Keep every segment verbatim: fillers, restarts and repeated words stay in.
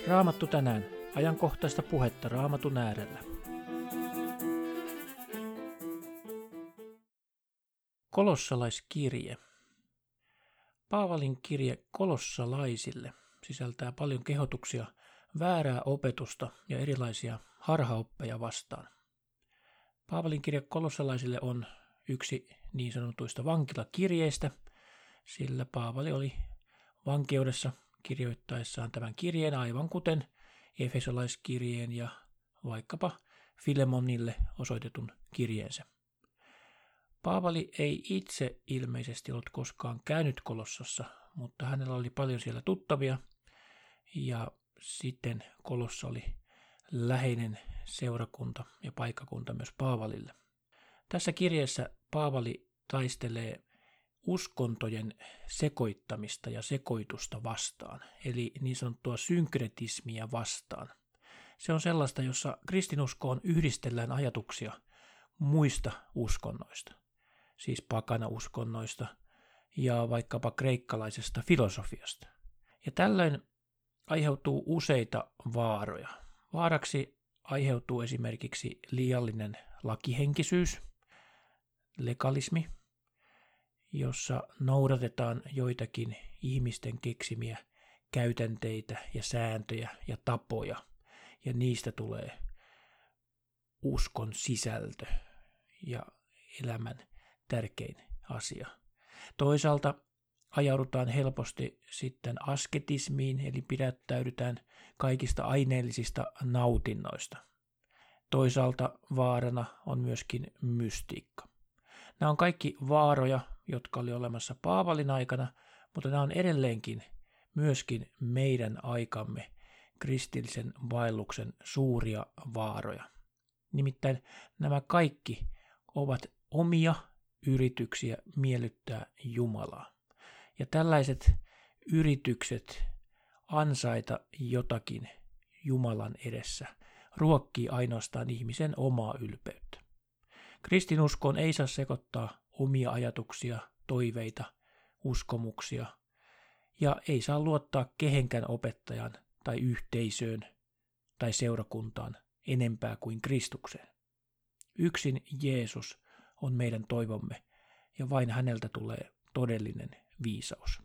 Raamattu tänään. Ajankohtaista puhetta Raamatun äärellä. Kolossalaiskirje. Paavalin kirje kolossalaisille sisältää paljon kehotuksia väärää opetusta ja erilaisia harhaoppeja vastaan. Paavalin kirje kolossalaisille on yksi niin sanotuista vankilakirjeistä, sillä Paavali oli vankeudessa kirjoittaessaan tämän kirjeen aivan kuten Efesolaiskirjeen ja vaikkapa Filemonille osoitetun kirjeensä. Paavali ei itse ilmeisesti ollut koskaan käynyt Kolossassa, mutta hänellä oli paljon siellä tuttavia ja sitten Kolossa oli läheinen seurakunta ja paikkakunta myös Paavalille. Tässä kirjeessä Paavali taistelee uskontojen sekoittamista ja sekoitusta vastaan, eli niin sanottua synkretismiä vastaan. Se on sellaista, jossa kristinuskoon yhdistellään ajatuksia muista uskonnoista, siis pakana-uskonnoista ja vaikkapa kreikkalaisesta filosofiasta. Ja tällöin aiheutuu useita vaaroja. Vaaraksi aiheutuu esimerkiksi liiallinen lakihenkisyys, legalismi, jossa noudatetaan joitakin ihmisten keksimiä käytänteitä ja sääntöjä ja tapoja, ja niistä tulee uskon sisältö ja elämän tärkein asia. Toisaalta ajaudutaan helposti sitten asketismiin, eli pidättäydytään kaikista aineellisista nautinnoista. Toisaalta vaarana on myöskin mystiikka. Nämä on kaikki vaaroja, jotka oli olemassa Paavalin aikana, mutta nämä on edelleenkin myöskin meidän aikamme kristillisen vaelluksen suuria vaaroja. Nimittäin nämä kaikki ovat omia yrityksiä miellyttää Jumalaa. Ja tällaiset yritykset ansaita jotakin Jumalan edessä ruokkii ainoastaan ihmisen omaa ylpeyttä. Kristinuskoon ei saa sekoittaa omia ajatuksia, toiveita, uskomuksia ja ei saa luottaa kehenkään opettajan tai yhteisöön tai seurakuntaan enempää kuin Kristukseen. Yksin Jeesus on meidän toivomme ja vain häneltä tulee todellinen viisaus.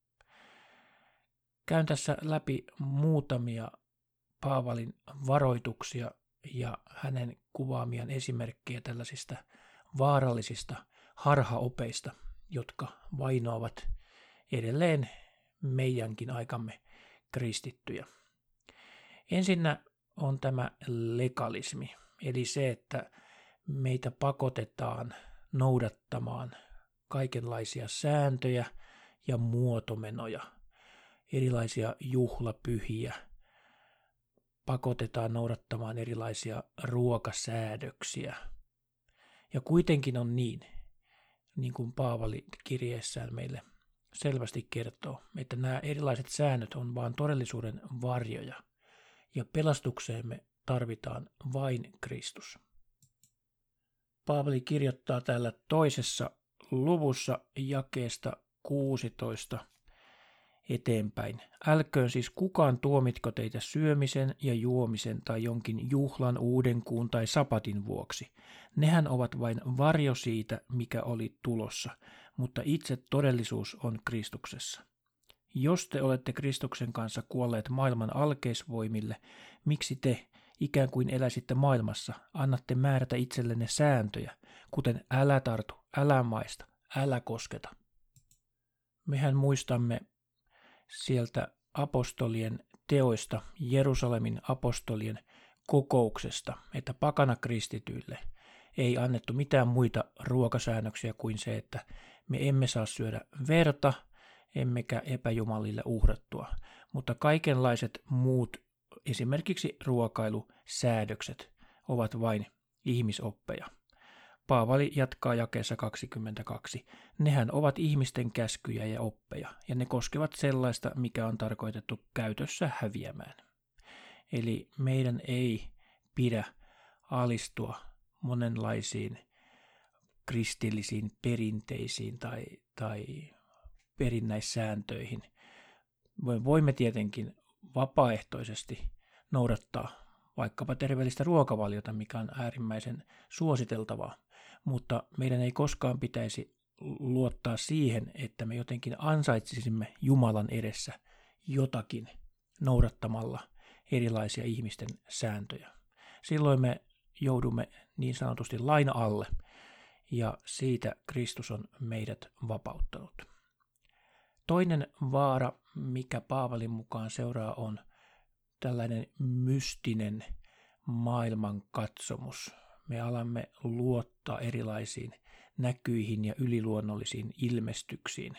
Käyn tässä läpi muutamia Paavalin varoituksia ja hänen kuvaamiaan esimerkkejä tällaisista vaarallisista harhaopeista, jotka vainoavat edelleen meidänkin aikamme kristittyjä. Ensinnä on tämä legalismi, eli se, että meitä pakotetaan noudattamaan kaikenlaisia sääntöjä ja muotomenoja, erilaisia juhlapyhiä, pakotetaan noudattamaan erilaisia ruokasäädöksiä. Ja kuitenkin on niin, niin kuin Paavali kirjeessään meille selvästi kertoo, että nämä erilaiset säännöt on vain todellisuuden varjoja, ja pelastukseemme tarvitaan vain Kristus. Paavali kirjoittaa täällä toisessa luvussa jakeesta kuusitoista eteenpäin. Älköön siis kukaan tuomitko teitä syömisen ja juomisen tai jonkin juhlan, uudenkuun tai sapatin vuoksi. Nehän ovat vain varjo siitä, mikä oli tulossa, mutta itse todellisuus on Kristuksessa. Jos te olette Kristuksen kanssa kuolleet maailman alkeisvoimille, miksi te, ikään kuin eläisitte maailmassa, annatte määrätä itsellenne sääntöjä, kuten älä tartu, älä maista, älä kosketa. Mehän muistamme sieltä apostolien teoista, Jerusalemin apostolien kokouksesta, että pakanakristityille ei annettu mitään muita ruokasäännöksiä kuin se, että me emme saa syödä verta, emmekä epäjumalille uhrattua, mutta kaikenlaiset muut, esimerkiksi ruokailusäädökset, ovat vain ihmisoppeja. Paavali jatkaa jakeessa kaksikymmentäkaksi. Nehän ovat ihmisten käskyjä ja oppeja, ja ne koskevat sellaista, mikä on tarkoitettu käytössä häviämään. Eli meidän ei pidä alistua monenlaisiin kristillisiin perinteisiin tai, tai perinnäissääntöihin. Voimme tietenkin vapaaehtoisesti noudattaa vaikkapa terveellistä ruokavaliota, mikä on äärimmäisen suositeltavaa, mutta meidän ei koskaan pitäisi luottaa siihen, että me jotenkin ansaitsisimme Jumalan edessä jotakin noudattamalla erilaisia ihmisten sääntöjä. Silloin me joudumme niin sanotusti lain alle, ja siitä Kristus on meidät vapauttanut. Toinen vaara, mikä Paavalin mukaan seuraa, on tällainen mystinen maailmankatsomus. Me alamme luottaa erilaisiin näkyihin ja yliluonnollisiin ilmestyksiin.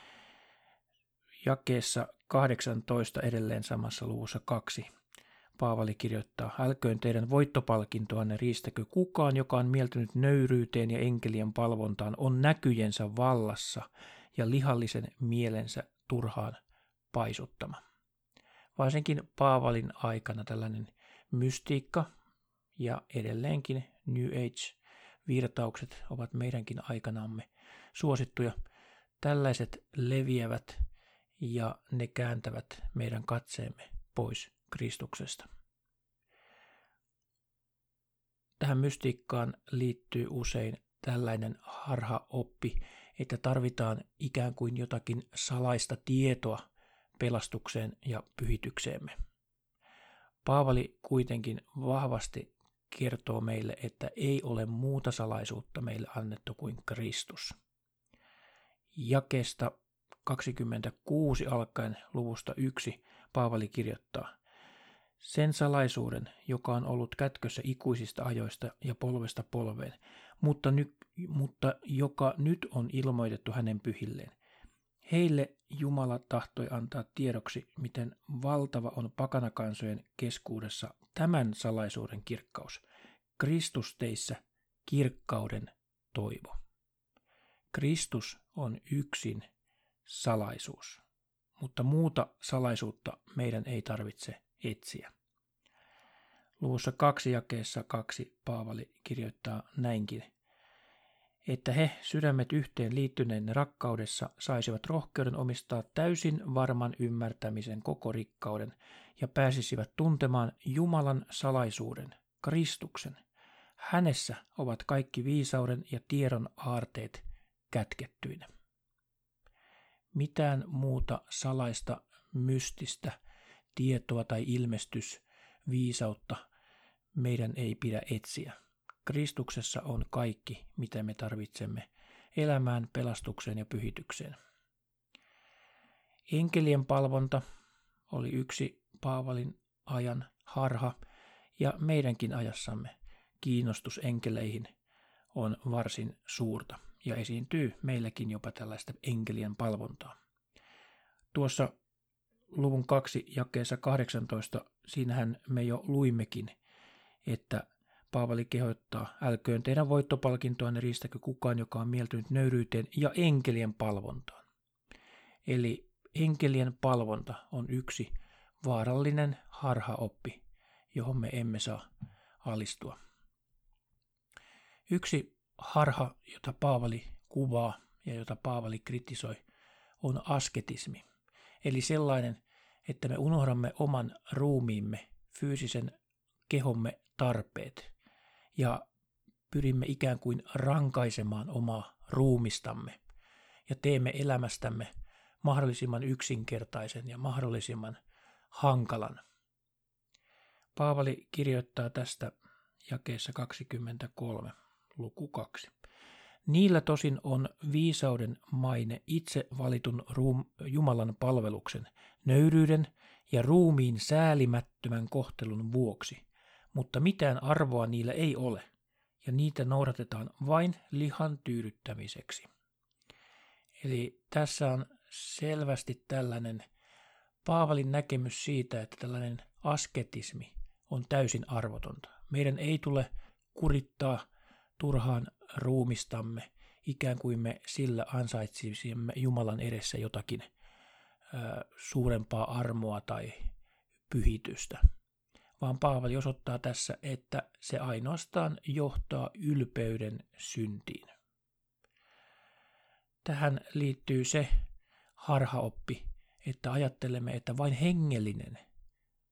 Jakeessa kahdeksantoista edelleen samassa luvussa kaksi Paavali kirjoittaa: älköön teidän voittopalkintoanne riistäkö kukaan, joka on mieltynyt nöyryyteen ja enkelien palvontaan, on näkyjensä vallassa ja lihallisen mielensä turhaan paisuttama. Varsinkin Paavalin aikana tällainen mystiikka ja edelleenkin New Age-virtaukset ovat meidänkin aikanamme suosittuja. Tällaiset leviävät ja ne kääntävät meidän katseemme pois Kristuksesta. Tähän mystiikkaan liittyy usein tällainen harhaoppi, että tarvitaan ikään kuin jotakin salaista tietoa pelastukseen ja pyhitykseemme. Paavali kuitenkin vahvasti kertoo meille, että ei ole muuta salaisuutta meille annettu kuin Kristus. Jakeesta kaksikymmentäkuusi alkaen luvusta yksi Paavali kirjoittaa: sen salaisuuden, joka on ollut kätkössä ikuisista ajoista ja polvesta polveen, mutta, ny, mutta joka nyt on ilmoitettu hänen pyhilleen. Heille Jumala tahtoi antaa tiedoksi, miten valtava on pakanakansojen keskuudessa tämän salaisuuden kirkkaus. Kristus teissä kirkkauden toivo. Kristus on yksin salaisuus, mutta muuta salaisuutta meidän ei tarvitse etsiä. Luvussa kaksi jakeessa kaksi Paavali kirjoittaa näinkin: että he sydämet yhteen liittyneen rakkaudessa saisivat rohkeuden omistaa täysin varman ymmärtämisen koko rikkauden ja pääsisivät tuntemaan Jumalan salaisuuden, Kristuksen. Hänessä ovat kaikki viisauden ja tiedon aarteet kätkettyinä. Mitään muuta salaista, mystistä tietoa tai ilmestysviisautta meidän ei pidä etsiä. Kristuksessa on kaikki, mitä me tarvitsemme elämään, pelastukseen ja pyhitykseen. Enkelien palvonta oli yksi Paavalin ajan harha, ja meidänkin ajassamme kiinnostus enkeleihin on varsin suurta, ja esiintyy meilläkin jopa tällaista enkelien palvontaa. Tuossa luvun kaksi jakeessa kahdeksantoista, siinähän me jo luimmekin, että Paavali kehottaa: älköön teidän voittopalkintoanne riistäkö kukaan, joka on mieltynyt nöyryyteen ja enkelien palvontaan. Eli enkelien palvonta on yksi vaarallinen harhaoppi, johon me emme saa alistua. Yksi harha, jota Paavali kuvaa ja jota Paavali kritisoi, on asketismi. Eli sellainen, että me unohdamme oman ruumiimme, fyysisen kehomme tarpeet ja pyrimme ikään kuin rankaisemaan omaa ruumistamme ja teemme elämästämme mahdollisimman yksinkertaisen ja mahdollisimman hankalan. Paavali kirjoittaa tästä jakeessa kaksikymmentäkolme, luku kaksi. Niillä tosin on viisauden maine itse valitun ruum- Jumalan palveluksen, nöyryyden ja ruumiin säälimättömän kohtelun vuoksi, mutta mitään arvoa niillä ei ole, ja niitä noudatetaan vain lihan tyydyttämiseksi. Eli tässä on selvästi tällainen Paavalin näkemys siitä, että tällainen asketismi on täysin arvotonta. Meidän ei tule kurittaa turhaan ruumistamme, ikään kuin me sillä ansaitsisimme Jumalan edessä jotakin ö, suurempaa armoa tai pyhitystä. Vaan Paavali osoittaa tässä, että se ainoastaan johtaa ylpeyden syntiin. Tähän liittyy se harhaoppi, että ajattelemme, että vain hengellinen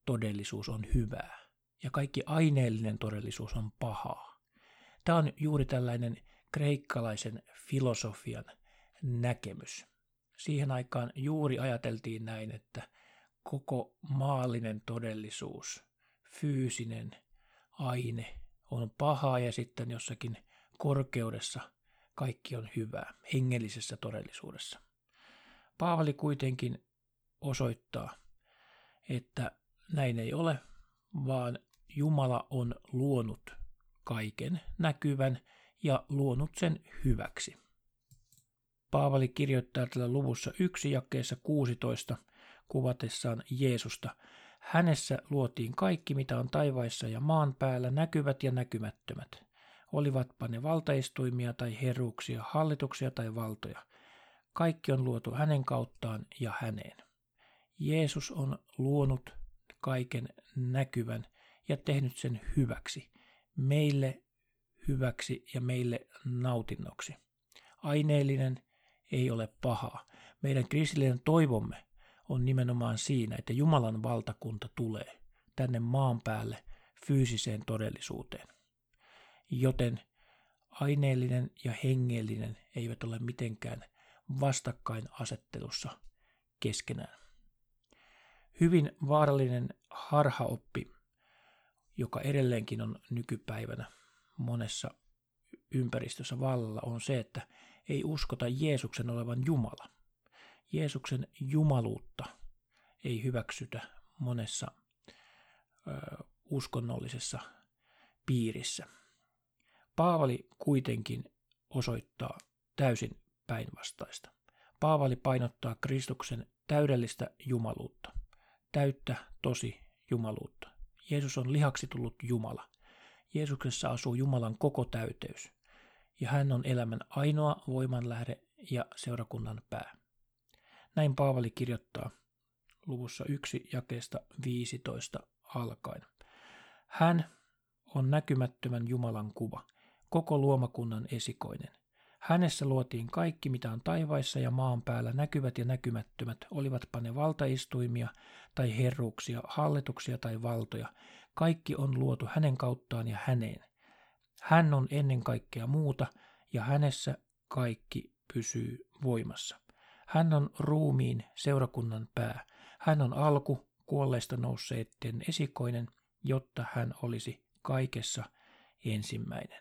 todellisuus on hyvää ja kaikki aineellinen todellisuus on pahaa. Tämä on juuri tällainen kreikkalaisen filosofian näkemys. Siihen aikaan juuri ajateltiin näin, että koko maallinen todellisuus, fyysinen aine on pahaa ja sitten jossakin korkeudessa kaikki on hyvää, hengellisessä todellisuudessa. Paavali kuitenkin osoittaa, että näin ei ole, vaan Jumala on luonut kaiken näkyvän ja luonut sen hyväksi. Paavali kirjoittaa tällä luvussa yksi jakeessa kuusitoista kuvatessaan Jeesusta. Hänessä luotiin kaikki, mitä on taivaissa ja maan päällä, näkyvät ja näkymättömät. Olivatpa ne valtaistuimia tai herruuksia, hallituksia tai valtoja. Kaikki on luotu hänen kauttaan ja häneen. Jeesus on luonut kaiken näkyvän ja tehnyt sen hyväksi, meille hyväksi ja meille nautinnoksi. Aineellinen ei ole pahaa. Meidän kristillinen toivomme on nimenomaan siinä, että Jumalan valtakunta tulee tänne maan päälle fyysiseen todellisuuteen. Joten aineellinen ja hengellinen eivät ole mitenkään vastakkainasettelussa keskenään. Hyvin vaarallinen harhaoppi, joka edelleenkin on nykypäivänä monessa ympäristössä vallalla, on se, että ei uskota Jeesuksen olevan Jumala. Jeesuksen jumaluutta ei hyväksytä monessa ö, uskonnollisessa piirissä. Paavali kuitenkin osoittaa täysin päinvastaista. Paavali painottaa Kristuksen täydellistä jumaluutta, täyttä tosi jumaluutta. Jeesus on lihaksi tullut Jumala. Jeesuksessa asuu Jumalan koko täyteys, ja hän on elämän ainoa voimanlähde ja seurakunnan pää. Näin Paavali kirjoittaa luvussa yksi jakeesta viisitoista alkaen. Hän on näkymättömän Jumalan kuva, koko luomakunnan esikoinen. Hänessä luotiin kaikki, mitä on taivaissa ja maan päällä, näkyvät ja näkymättömät, olivatpa ne valtaistuimia tai herruuksia, hallituksia tai valtoja. Kaikki on luotu hänen kauttaan ja häneen. Hän on ennen kaikkea muuta ja hänessä kaikki pysyy voimassa. Hän on ruumiin seurakunnan pää. Hän on alku kuolleista nousseiden esikoinen, jotta hän olisi kaikessa ensimmäinen.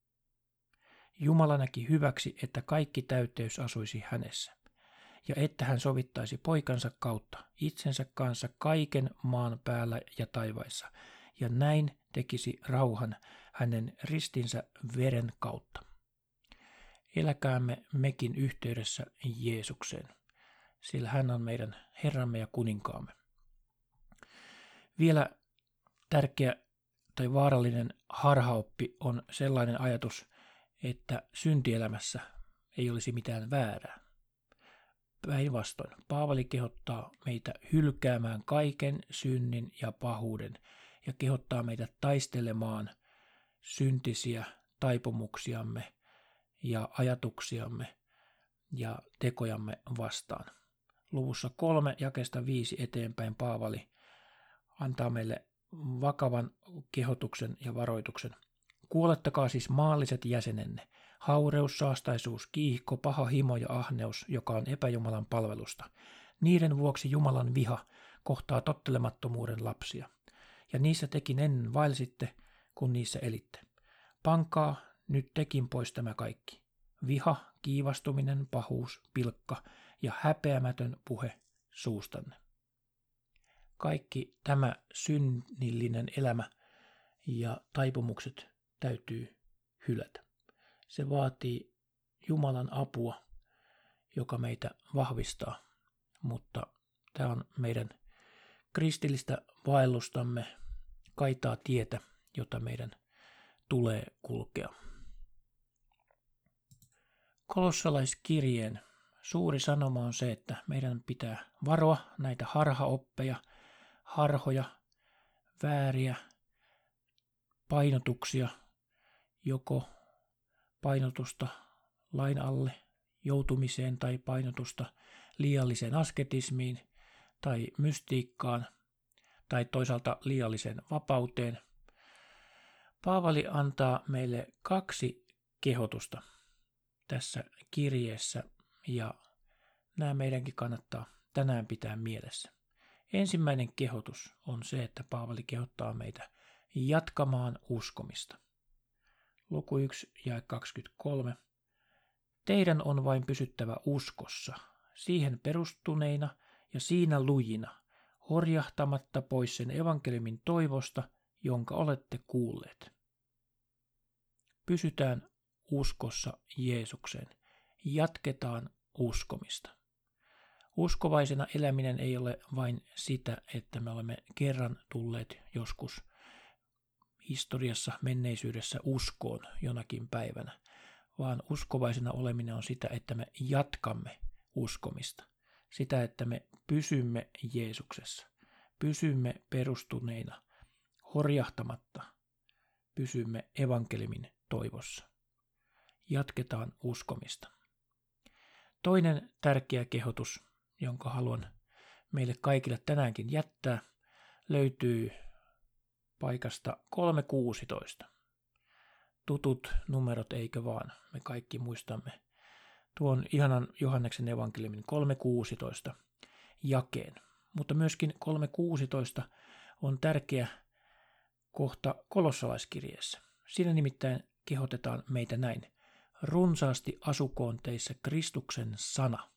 Jumala näki hyväksi, että kaikki täyteys asuisi hänessä, ja että hän sovittaisi poikansa kautta itsensä kanssa kaiken maan päällä ja taivaissa, ja näin tekisi rauhan hänen ristinsä veren kautta. Eläkäämme mekin yhteydessä Jeesukseen, sillä hän on meidän Herramme ja kuninkaamme. Vielä tärkeä tai vaarallinen harhaoppi on sellainen ajatus, että syntielämässä ei olisi mitään väärää. Päinvastoin, Paavali kehottaa meitä hylkäämään kaiken synnin ja pahuuden ja kehottaa meitä taistelemaan syntisiä taipumuksiamme ja ajatuksiamme ja tekojamme vastaan. Luvussa kolme jakeesta viisi eteenpäin Paavali antaa meille vakavan kehotuksen ja varoituksen. Kuolettakaa siis maalliset jäsenenne, haureus, saastaisuus, kiihko, paha himo ja ahneus, joka on epäjumalan palvelusta. Niiden vuoksi Jumalan viha kohtaa tottelemattomuuden lapsia. Ja niissä tekin ennen vaelsitte, kun niissä elitte. Pankaa nyt tekin pois tämä kaikki. Viha, kiivastuminen, pahuus, pilkka ja häpeämätön puhe suustanne. Kaikki tämä synnillinen elämä ja taipumukset täytyy hylätä. Se vaatii Jumalan apua, joka meitä vahvistaa, mutta tämä on meidän kristillistä vaellustamme, kaitaa tietä, jota meidän tulee kulkea. Kolossalaiskirjeen suuri sanoma on se, että meidän pitää varoa näitä harhaoppeja, harhoja, vääriä painotuksia, joko painotusta lain alle joutumiseen tai painotusta liialliseen asketismiin tai mystiikkaan tai toisaalta liialliseen vapauteen. Paavali antaa meille kaksi kehotusta tässä kirjeessä, ja nämä meidänkin kannattaa tänään pitää mielessä. Ensimmäinen kehotus on se, että Paavali kehottaa meitä jatkamaan uskomista. Luku yksi ja kaksikymmentäkolme. Teidän on vain pysyttävä uskossa, siihen perustuneina ja siinä lujina, horjahtamatta pois sen evankeliumin toivosta, jonka olette kuulleet. Pysytään uskossa Jeesukseen. Jatketaan uskomista. Uskovaisena eläminen ei ole vain sitä, että me olemme kerran tulleet joskus historiassa, menneisyydessä uskoon jonakin päivänä, vaan uskovaisena oleminen on sitä, että me jatkamme uskomista. Sitä, että me pysymme Jeesuksessa, pysymme perustuneina, horjahtamatta, pysymme evankeliumin toivossa. Jatketaan uskomista. Toinen tärkeä kehotus, jonka haluan meille kaikille tänäänkin jättää, löytyy paikasta kolme kuusitoista. Tutut numerot, eikö vaan? Me kaikki muistamme tuon ihanan Johanneksen evankeliumin kolme kuusitoista jakeen. Mutta myöskin kolme kuusitoista on tärkeä kohta kolossalaiskirjeessä. Siinä nimittäin kehotetaan meitä näin. Runsaasti asukoon teissä Kristuksen sana.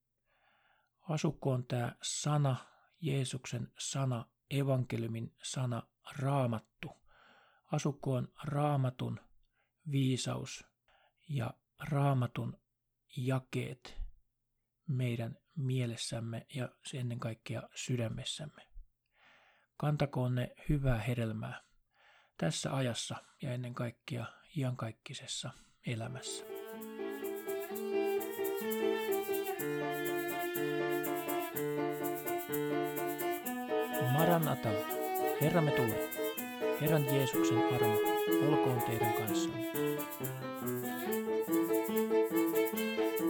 Asukoon tämä sana, Jeesuksen sana, evankeliumin sana, raamattu. Asukoon raamatun viisaus ja raamatun jakeet meidän mielessämme ja ennen kaikkea sydämessämme. Kantakoon ne hyvää hedelmää tässä ajassa ja ennen kaikkea iankaikkisessa elämässä. Maranata, Herramme tulee. Herran Jeesuksen armo olkoon teidän kanssanne.